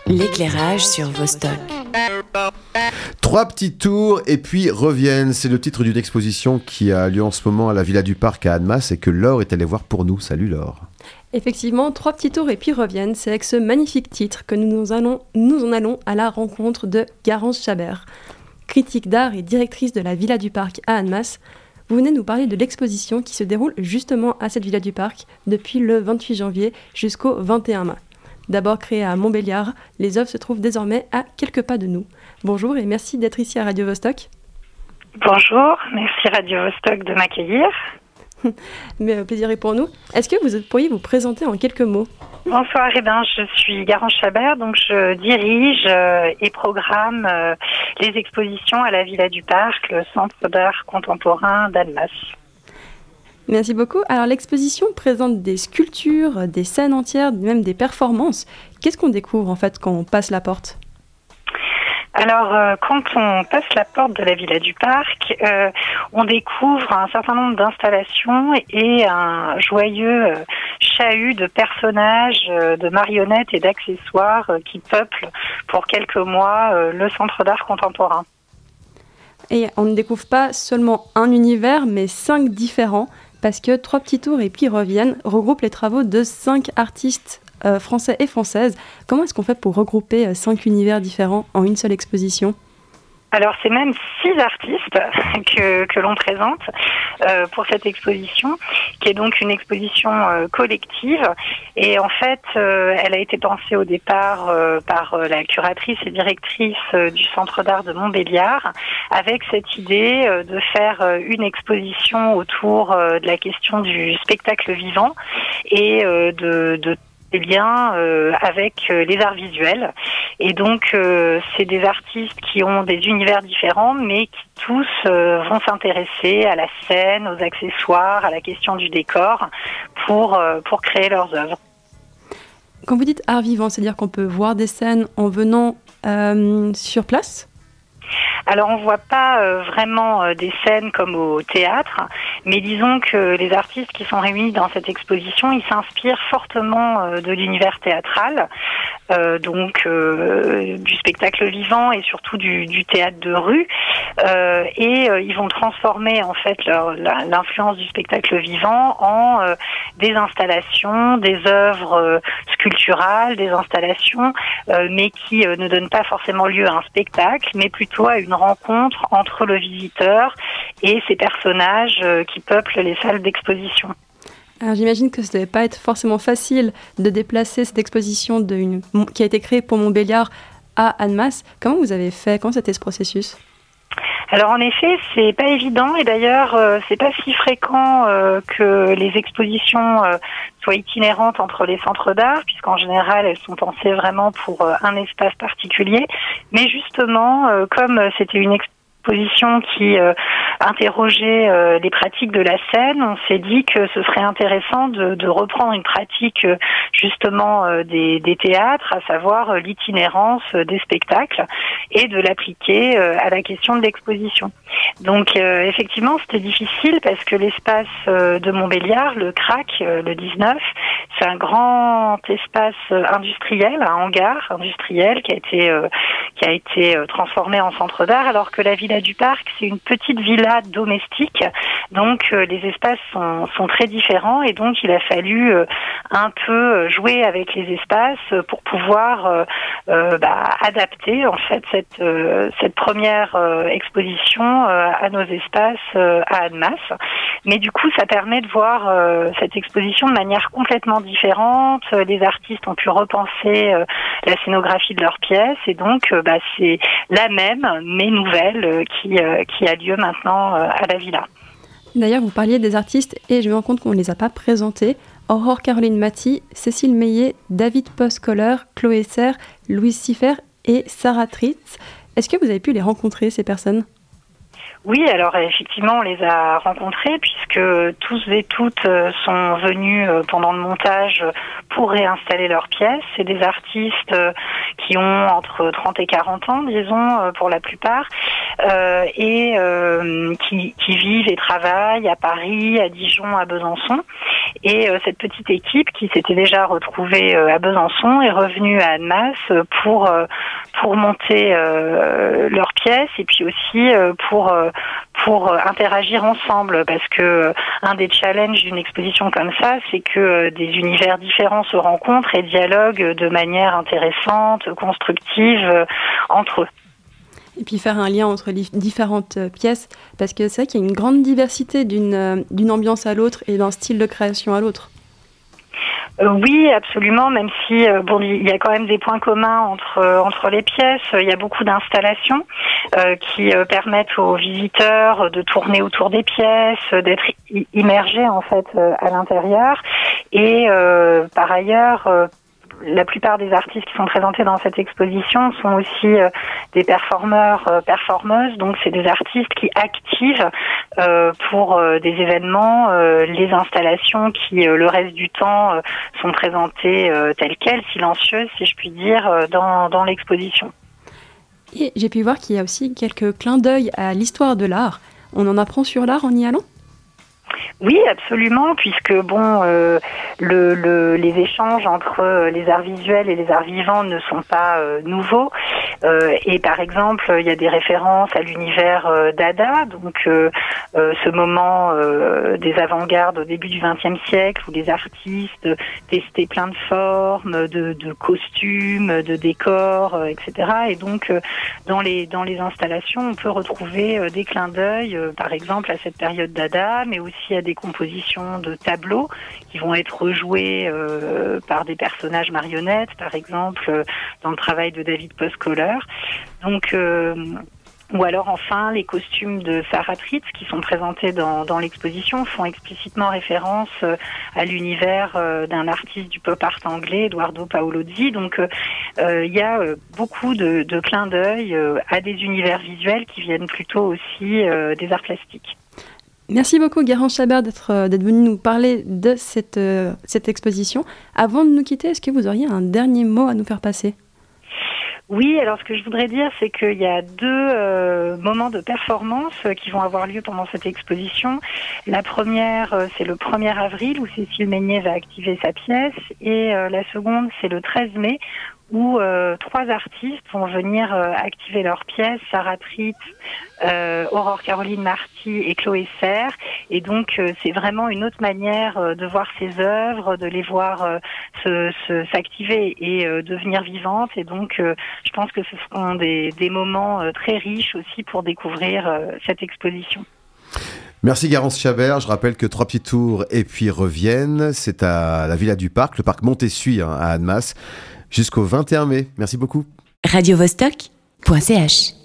L'éclairage sur Vostok. 3 petits tours et puis reviennent. C'est le titre d'une exposition qui a lieu en ce moment à la Villa du Parc à Annemasse et que Laure est allée voir pour nous. Salut Laure. Effectivement, 3 petits tours et puis reviennent. C'est avec ce magnifique titre que nous en allons à la rencontre de Garance Chabert, critique d'art et directrice de la Villa du Parc à Annemasse. Vous venez nous parler de l'exposition qui se déroule justement à cette Villa du Parc depuis le 28 janvier jusqu'au 21 mai. D'abord créée à Montbéliard, les œuvres se trouvent désormais à quelques pas de nous. Bonjour et merci d'être ici à Radio Vostok. Bonjour, merci Radio Vostok de m'accueillir. Mais le plaisir est pour nous. Est-ce que vous pourriez vous présenter en quelques mots ? Bonsoir, je suis Garance Chabert, donc je dirige et programme les expositions à la Villa du Parc, le Centre d'art contemporain d'Annemasse. Merci beaucoup. Alors l'exposition présente des sculptures, des scènes entières, même des performances. Qu'est-ce qu'on découvre en fait quand on passe la porte ? Alors, quand on passe la porte de la Villa du Parc, on découvre un certain nombre d'installations et un joyeux chahut de personnages, de marionnettes et d'accessoires qui peuplent pour quelques mois le Centre d'art contemporain. Et on ne découvre pas seulement un univers, mais 5 différents, parce que 3 petits tours et puis reviennent regroupent les travaux de 5 artistes français et françaises. Comment est-ce qu'on fait pour regrouper 5 univers différents en une seule exposition ? Alors, c'est même 6 artistes que l'on présente pour cette exposition, qui est donc une exposition collective. Et en fait, elle a été pensée au départ par la curatrice et directrice du Centre d'art de Montbéliard, avec cette idée de faire une exposition autour de la question du spectacle vivant et de liens avec les arts visuels. Et donc, c'est des artistes qui ont des univers différents, mais qui tous vont s'intéresser à la scène, aux accessoires, à la question du décor, pour créer leurs œuvres. Quand vous dites art vivant, c'est-à-dire qu'on peut voir des scènes en venant sur place ? Alors, on voit pas vraiment des scènes comme au théâtre, mais disons que les artistes qui sont réunis dans cette exposition, ils s'inspirent fortement de l'univers théâtral, donc du spectacle vivant et surtout du théâtre de rue, et ils vont transformer en fait l'influence du spectacle vivant en des installations, des œuvres sculpturales, des installations, mais qui ne donnent pas forcément lieu à un spectacle, mais plutôt à une rencontre entre le visiteur et ces personnages qui peuplent les salles d'exposition. Alors j'imagine que ça ne devait pas être forcément facile de déplacer cette exposition qui a été créée pour Montbéliard à Annemasse. Comment vous avez fait ? Comment c'était ce processus ? Alors en effet, c'est pas évident et d'ailleurs c'est pas si fréquent que les expositions soient itinérantes entre les centres d'art, puisqu'en général elles sont pensées vraiment pour un espace particulier. Mais justement, comme c'était une exposition qui interrogeait les pratiques de la scène, on s'est dit que ce serait intéressant de reprendre une pratique justement des théâtres, à savoir l'itinérance des spectacles, et de l'appliquer à la question de l'exposition. Donc effectivement, c'était difficile parce que l'espace de Montbéliard, le CRAC, le 19, c'est un grand espace industriel, un hangar industriel qui a été transformé en centre d'art, alors que la Villa du Parc, c'est une petite villa domestique. Donc les espaces sont très différents et donc il a fallu un peu jouer avec les espaces pour pouvoir adapter en fait cette première exposition à nos espaces à Annemasse. Mais du coup, ça permet de voir cette exposition de manière complètement différente. Les artistes ont pu repenser la scénographie de leurs pièces et donc c'est la même mais nouvelle qui a lieu maintenant à la Villa. D'ailleurs, vous parliez des artistes et je me rends compte qu'on ne les a pas présentés. Aurore Caroline Maty, Cécile Meillet, David Post-Coller, Chloé Serre, Louise Siffer et Sarah Tritz. Est-ce que vous avez pu les rencontrer, ces personnes ? Oui, alors effectivement, on les a rencontrés puisque tous et toutes sont venus pendant le montage pour réinstaller leurs pièces. C'est des artistes qui ont entre 30 et 40 ans, disons, pour la plupart, et qui vivent et travaillent à Paris, à Dijon, à Besançon. Et cette petite équipe qui s'était déjà retrouvée à Besançon est revenue à Annemasse pour monter leurs pièces et puis aussi pour interagir ensemble, parce que un des challenges d'une exposition comme ça, c'est que des univers différents se rencontrent et dialoguent de manière intéressante, constructive entre eux. Et puis faire un lien entre les différentes pièces, parce que c'est vrai qu'il y a une grande diversité d'une ambiance à l'autre et d'un style de création à l'autre. Oui, absolument, même si il y a quand même des points communs entre les pièces. Il y a beaucoup d'installations qui permettent aux visiteurs de tourner autour des pièces, d'être immergés en fait à l'intérieur. Et par ailleurs, la plupart des artistes qui sont présentés dans cette exposition sont aussi des performeuses, donc c'est des artistes qui activent pour des événements les installations qui le reste du temps sont présentées telles quelles, silencieuses si je puis dire, dans l'exposition. Et j'ai pu voir qu'il y a aussi quelques clins d'œil à l'histoire de l'art. On en apprend sur l'art en y allant ? Oui, absolument, puisque les échanges entre les arts visuels et les arts vivants ne sont pas nouveaux. Et par exemple, il y a des références à l'univers Dada, donc ce moment des avant-gardes au début du XXe siècle où les artistes testaient plein de formes, de costumes, de décors, etc. Et donc dans les installations, on peut retrouver des clins d'œil, par exemple à cette période Dada, mais aussi à des compositions de tableaux qui vont être rejoués par des personnages marionnettes, par exemple dans le travail de David Postcoller. Donc ou alors enfin les costumes de Sarah Tritz qui sont présentés dans l'exposition font explicitement référence à l'univers d'un artiste du pop art anglais, Eduardo Paolozzi. Donc il y a beaucoup de clins d'œil à des univers visuels qui viennent plutôt aussi des arts plastiques. Merci beaucoup Garance Chabert d'être venu nous parler de cette exposition. Avant de nous quitter, est-ce que vous auriez un dernier mot à nous faire passer ? Oui, alors ce que je voudrais dire, c'est qu'il y a deux moments de performance qui vont avoir lieu pendant cette exposition. La première, c'est le 1er avril où Cécile Meignet va activer sa pièce, et la seconde, c'est le 13 mai où 3 artistes vont venir activer leur pièce, Sarah Tritz, Aurore Caroline Marty et Chloé Serre. Et donc c'est vraiment une autre manière de voir ces œuvres, de les voir s'activer et devenir vivantes. Et donc je pense que ce seront des moments très riches aussi pour découvrir cette exposition. Merci Garance Chabert. Je rappelle que 3 petits tours et puis reviennent. C'est à la Villa du Parc, le parc Montessuie à Annemasse, jusqu'au 21 mai. Merci beaucoup. radiovostok.ch